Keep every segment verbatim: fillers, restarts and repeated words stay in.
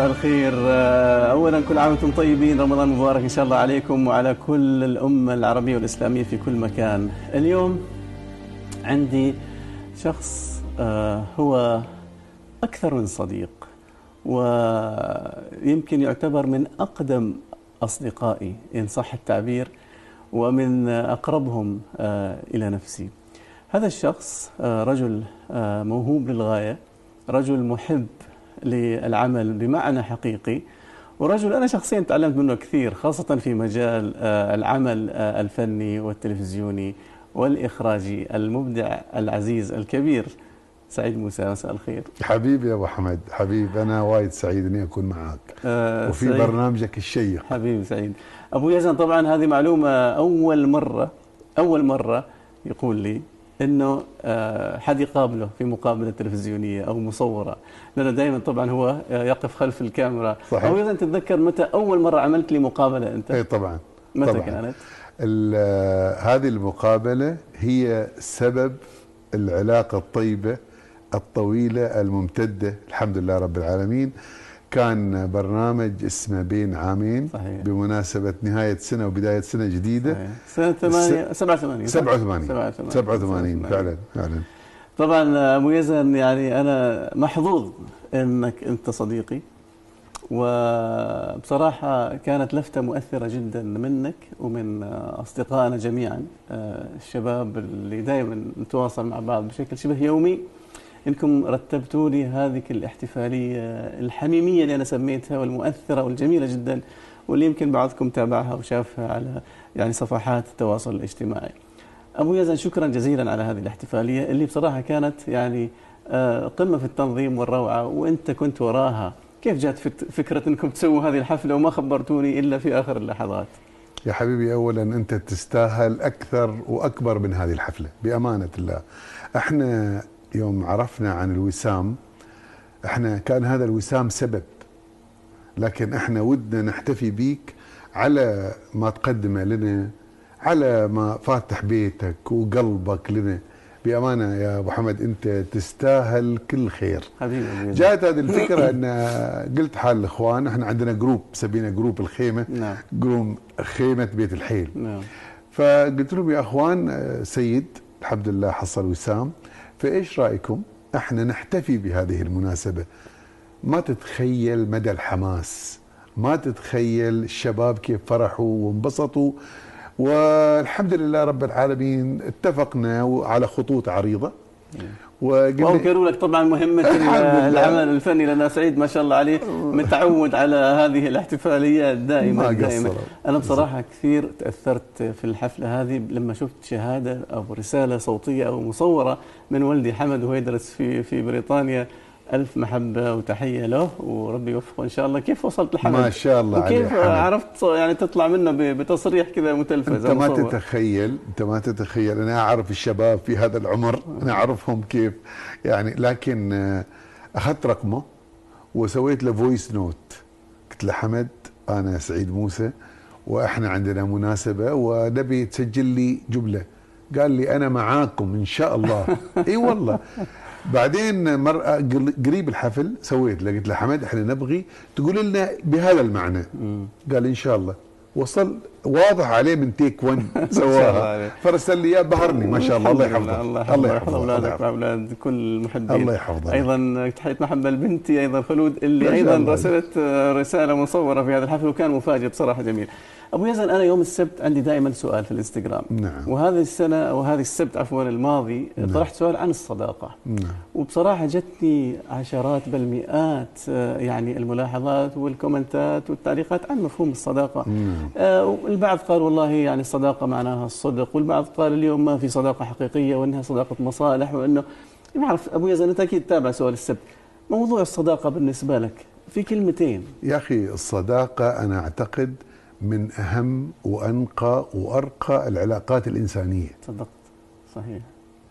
الخير. أولا كل عام وانتم طيبين، رمضان مبارك إن شاء الله عليكم وعلى كل الأمة العربية والإسلامية في كل مكان. اليوم عندي شخص هو أكثر من صديق، ويمكن يعتبر من أقدم أصدقائي إن صح التعبير، ومن أقربهم إلى نفسي. هذا الشخص رجل موهوب للغاية، رجل محب للعمل بمعنى حقيقي، ورجل أنا شخصيا تعلمت منه كثير، خاصة في مجال العمل الفني والتلفزيوني والإخراجي، المبدع العزيز الكبير سعيد موسى. مساء الخير حبيبي يا أبو حمد. حبيب أنا وايد سعيد أني أكون معك أه وفي سعيد. برنامجك الشيق. حبيبي سعيد. أبو يزن، طبعا هذه معلومة أول مرة أول مرة يقول لي انه حد يقابله في مقابله تلفزيونيه او مصوره، لانه دائما طبعا هو يقف خلف الكاميرا. صحيح. او اذا تتذكر متى اول مره عملت لي مقابله انت؟ اي طبعا. متى طبعًا. كانت؟ هذه المقابله هي سبب العلاقه الطيبه الطويله الممتده الحمد لله رب العالمين. كان برنامج اسمه بين عامين. صحيح. بمناسبة نهاية سنة وبداية سنة جديدة. صحيح. سنة ثمانية سبعة وثمانين سبعة وثمانين سبعة وثمانين فعلا فعلا. طبعا أبو يزن، يعني أنا محظوظ أنك أنت صديقي، وبصراحة كانت لفتة مؤثرة جدا منك ومن أصدقائنا جميعا، الشباب اللي دائما نتواصل مع بعض بشكل شبه يومي، انكم رتبتوا لي هذه الاحتفاليه الحميميه اللي انا سميتها والمؤثره والجميله جدا، واللي يمكن بعضكم تابعها وشافها على يعني صفحات التواصل الاجتماعي. ابو يزن، شكرا جزيلا على هذه الاحتفاليه اللي بصراحه كانت يعني قمه في التنظيم والروعه، وانت كنت وراها. كيف جات فكره انكم تسووا هذه الحفله وما خبرتوني الا في اخر اللحظات؟ يا حبيبي، اولا انت تستاهل اكثر واكبر من هذه الحفله بامانه الله. احنا يوم عرفنا عن الوسام، احنا كان هذا الوسام سبب، لكن احنا ودنا نحتفي بيك على ما تقدمه لنا، على ما فاتح بيتك وقلبك لنا. بأمانة يا أبو حمد أنت تستاهل كل خير حبيبي. جاءت هذه الفكرة أن قلت حال الإخوان، احنا عندنا جروب سمينا جروب الخيمة. نعم. جروب خيمة بيت الحيل. نعم. فقلت لهم يا أخوان، سيد الحمد لله حصل وسام، فإيش رأيكم احنا نحتفي بهذه المناسبة؟ ما تتخيل مدى الحماس، ما تتخيل الشباب كيف فرحوا وانبسطوا، والحمد لله رب العالمين اتفقنا على خطوط عريضة. وأنكروا لك طبعا مهمة العمل الفني، لأن سعيد ما شاء الله عليه متعود على هذه الاحتفاليات دائما دائما. أنا بصراحة كثير تأثرت في الحفلة هذه لما شفت شهادة أو رسالة صوتية أو مصورة من ولدي حمد وهو يدرس في في بريطانيا. ألف محبة وتحية له، وربي يوفقه إن شاء الله. كيف وصلت لحمد؟ ما شاء الله عليه. وكيف عرفت يعني تطلع منه بتصريح كذا متلفز؟ أنت ما تتخيل أنت ما تتخيل أنا أعرف الشباب في هذا العمر، أنا أعرفهم كيف يعني، لكن أخذت رقمه وسويت له فويس نوت. قلت له حمد، أنا سعيد موسى وإحنا عندنا مناسبة ونبي تسجل لي جملة. قال لي أنا معاكم إن شاء الله. إي والله. بعدين مرة قريب الحفل سويت له، قلت له حمد احنا نبغي تقول لنا بهذا المعنى. قال ان شاء الله. وصل واضح عليه من تيك ون سواها، فرسل لي اياه بهرني ما شاء الله. الله يحفظه. الله يحفظ اولادك واولاد كل المحبين. الله يحفظه. ايضا تحيه محبه لبنتي ايضا خلود، اللي ايضا رسلت رساله مصوره في هذا الحفل، وكان مفاجئ بصراحه جميل. ابو يزن، انا يوم السبت عندي دائما سؤال في الانستغرام. نعم. وهذه السنه او هذه السبت عفوا الماضي نعم. طرحت سؤال عن الصداقه. نعم. وبصراحه جتني عشرات بل مئات يعني الملاحظات والكومنتات والتعليقات عن مفهوم الصداقه. نعم. آه البعض قال والله يعني الصداقه معناها الصدق، والبعض قال اليوم ما في صداقه حقيقيه وانها صداقه مصالح، وانه ما اعرف. ابو يزن انت اكيد تتابع سؤال السبت. موضوع الصداقه بالنسبه لك في كلمتين. يا اخي الصداقه انا اعتقد من أهم وأنقى وأرقى العلاقات الإنسانية. صدقت. صحيح.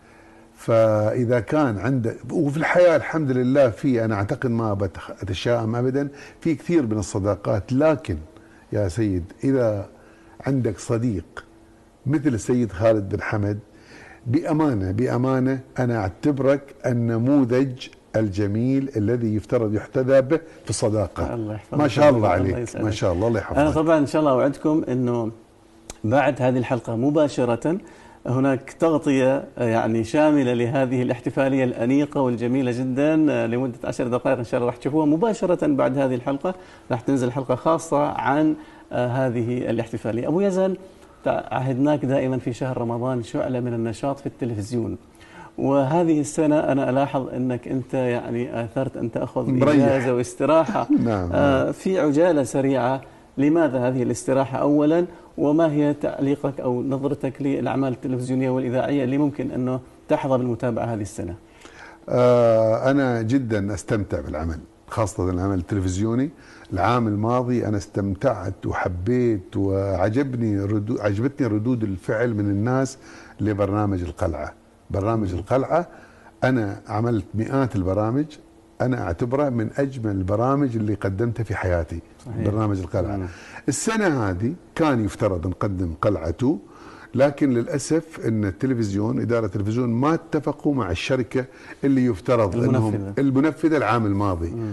فإذا كان عندك، وفي الحياة الحمد لله في، أنا أعتقد ما بتشائم أبدا، في كثير من الصداقات، لكن يا سيد إذا عندك صديق مثل السيد خالد بن حمد، بأمانة بأمانة أنا أعتبرك النموذج الجميل الذي يفترض يحتذى به في الصداقة. الله يحفظك. ما شاء الله الله عليك، ما شاء الله، الله يحفظك. أنا طبعا إن شاء الله أوعدكم أنه بعد هذه الحلقة مباشرة هناك تغطية يعني شاملة لهذه الاحتفالية الأنيقة والجميلة جدا لمدة عشر دقائق إن شاء الله راح تشوفوها مباشرة بعد هذه الحلقة. راح تنزل حلقة خاصة عن هذه الاحتفالية. أبو يزن، عهدناك دائما في شهر رمضان شعلة من النشاط في التلفزيون، وهذه السنة أنا ألاحظ أنك أنت يعني آثرت أن تأخذ إجازة واستراحة. نعم. آه في عجالة سريعة، لماذا هذه الاستراحة أولا، وما هي تعليقك أو نظرتك للأعمال التلفزيونية والإذاعية اللي ممكن أنه تحظى بالمتابعة هذه السنة؟ آه أنا جدا أستمتع بالعمل، خاصة العمل التلفزيوني. العام الماضي أنا استمتعت وحبيت وعجبني ردو عجبتني ردود الفعل من الناس لبرنامج القلعة. برنامج القلعة أنا عملت مئات البرامج، أنا أعتبره من أجمل البرامج اللي قدمتها في حياتي. صحيح. برنامج القلعة. مم. السنة هذه كان يفترض نقدم قلعته، لكن للأسف أن التلفزيون، إدارة التلفزيون ما اتفقوا مع الشركة اللي يفترض المنفذة. أنهم المنفذة العام الماضي. مم.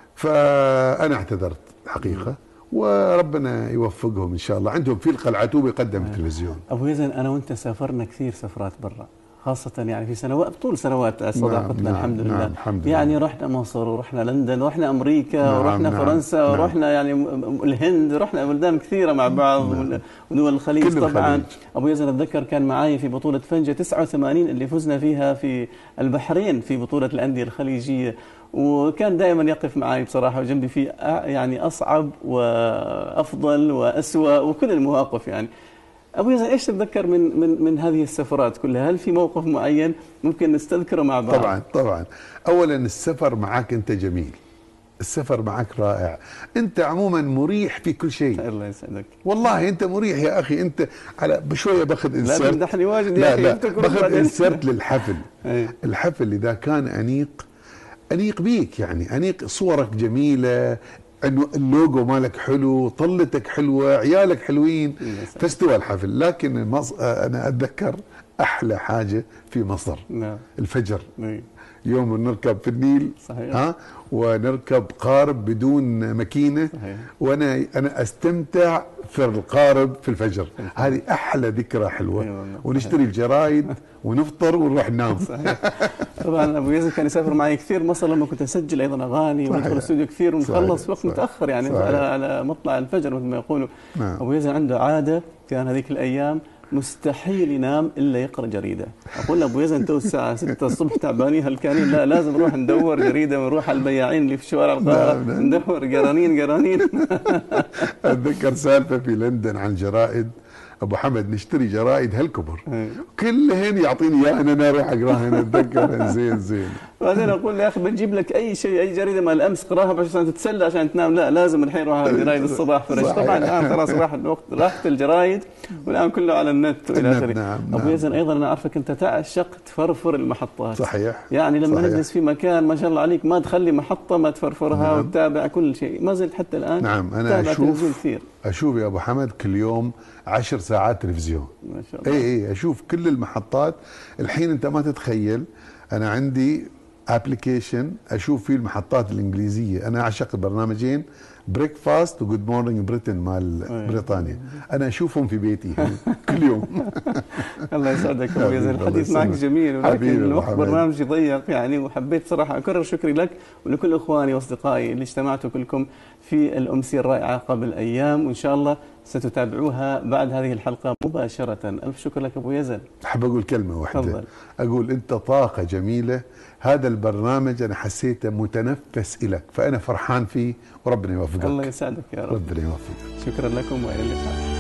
فأنا اعتذرت حقيقة. مم. وربنا يوفقهم إن شاء الله. عندهم في القلعة بيقدم في التلفزيون. أبو يزن، أنا وأنت سافرنا كثير سفرات برا، خاصة يعني في سنوات طول سنوات صداقتنا. نعم. الحمد لله. نعم. الحمد يعني لله. رحنا مصر ورحنا لندن ورحنا أمريكا. نعم. ورحنا نعم. فرنسا. نعم. ورحنا يعني الهند، رحنا بلدان كثيرة مع بعض. نعم. ودول الخليج طبعا. الخليج. أبو يزن أتذكر كان معي في بطولة فنجة تسعة وثمانين اللي فزنا فيها في البحرين في بطولة الأندية الخليجية، وكان دائما يقف معي بصراحة وجنبي في يعني أصعب وأفضل وأسوأ وكل المواقف. يعني أبو يزن، إيش تتذكر من من من هذه السفرات كلها؟ هل في موقف معين ممكن نستذكره مع بعض؟ طبعا طبعا. أولا السفر معك أنت جميل، السفر معك رائع، أنت عموما مريح في كل شيء. الله يسعدك. والله أنت مريح يا أخي. أنت على بشوية باخذ انسرت. لا تمدحني واجد يا لا أخي. لا باخذ انسرت للحفل. الحفل إذا كان أنيق أنيق بيك، يعني أنيق، صورك جميلة، انه اللوجو مالك حلو، طلتك حلوه، عيالك حلوين، فاستوى الحفل. لكن مص... انا اتذكر احلى حاجه في مصر. نعم. الفجر. نعم. يوم نركب في النيل. صحيح. ها ونركب قارب بدون ماكينه. صحيح. وانا انا استمتع في القارب في الفجر. هذه احلى ذكرى حلوه. أيوة. ونشتري الجرايد ونفطر ونروح ننام. صحيح. طبعا ابو يزن كان يسافر معي كثير مصر لما كنت اسجل ايضا اغاني، وندخل الاستوديو كثير ونخلص وقت متاخر يعني. صحيح. على على مطلع الفجر مثل ما يقولوا. نعم. ابو يزن عنده عاده كان هذيك الايام مستحيل ينام الا يقرا جريده. اقول له ابو يزن تو الساعه ستة الصبح تعبانين هلكانين، لا لازم نروح ندور جريده ونروح على البياعين اللي في شوارع القاهره. نعم. نعم. ندور قرانين قرانين. اتذكر سالفه في لندن عن جرائد، ابو حمد نشتري جرائد هالكبر كلهن يعطيني اياها انا اروح اقراها. انا اتذكر. زين زين. بعدين اقول له يا اخي بنجيب لك اي شيء، اي جريده مال امس قراها عشان تتسلى عشان تنام، لا لازم الحين نروح على جرايد الصباح فريش. طبعا الان خلاص راح الوقت، راحت الجرايد والان كله على النت والى اخره. نعم. ابو يزن ايضا انا اعرفك انت تعشق تفرفر المحطات. صحيح. يعني لما صحيح. نجلس في مكان ما شاء الله عليك ما تخلي محطه ما تفرفرها. نعم. وتتابع كل شيء، ما زلت حتى الان. نعم. انا اشوف كثير. اشوف يا ابو حمد كل يوم عشر ساعات تلفزيون. ما شاء الله. اي اي اشوف كل المحطات. الحين انت ما تتخيل، انا عندي ابلكيشن اشوف فيه المحطات الانجليزيه. انا اعشق البرنامجين بريكفاست وجود مورنينج بريتن مال بريطانيا، انا اشوفهم في بيتي كل يوم. الله يسعدك ابو يزن، الحديث معك جميل ولكن الوقت برنامجي ضيق يعني، وحبيت صراحه اكرر شكري لك ولكل اخواني واصدقائي اللي اجتمعتوا كلكم في الامسيه الرائعه قبل ايام، وان شاء الله ستتابعوها بعد هذه الحلقه مباشره. الف شكر لك ابو يزن. احب اقول كلمه واحده. تفضل. اقول انت طاقه جميله، هذا البرنامج انا حسيته متنفس الك، فانا فرحان فيه وربنا يوفقك. الله يسعدك يا رب. ربنا يوفقك. شكرا لكم والى اللقاء.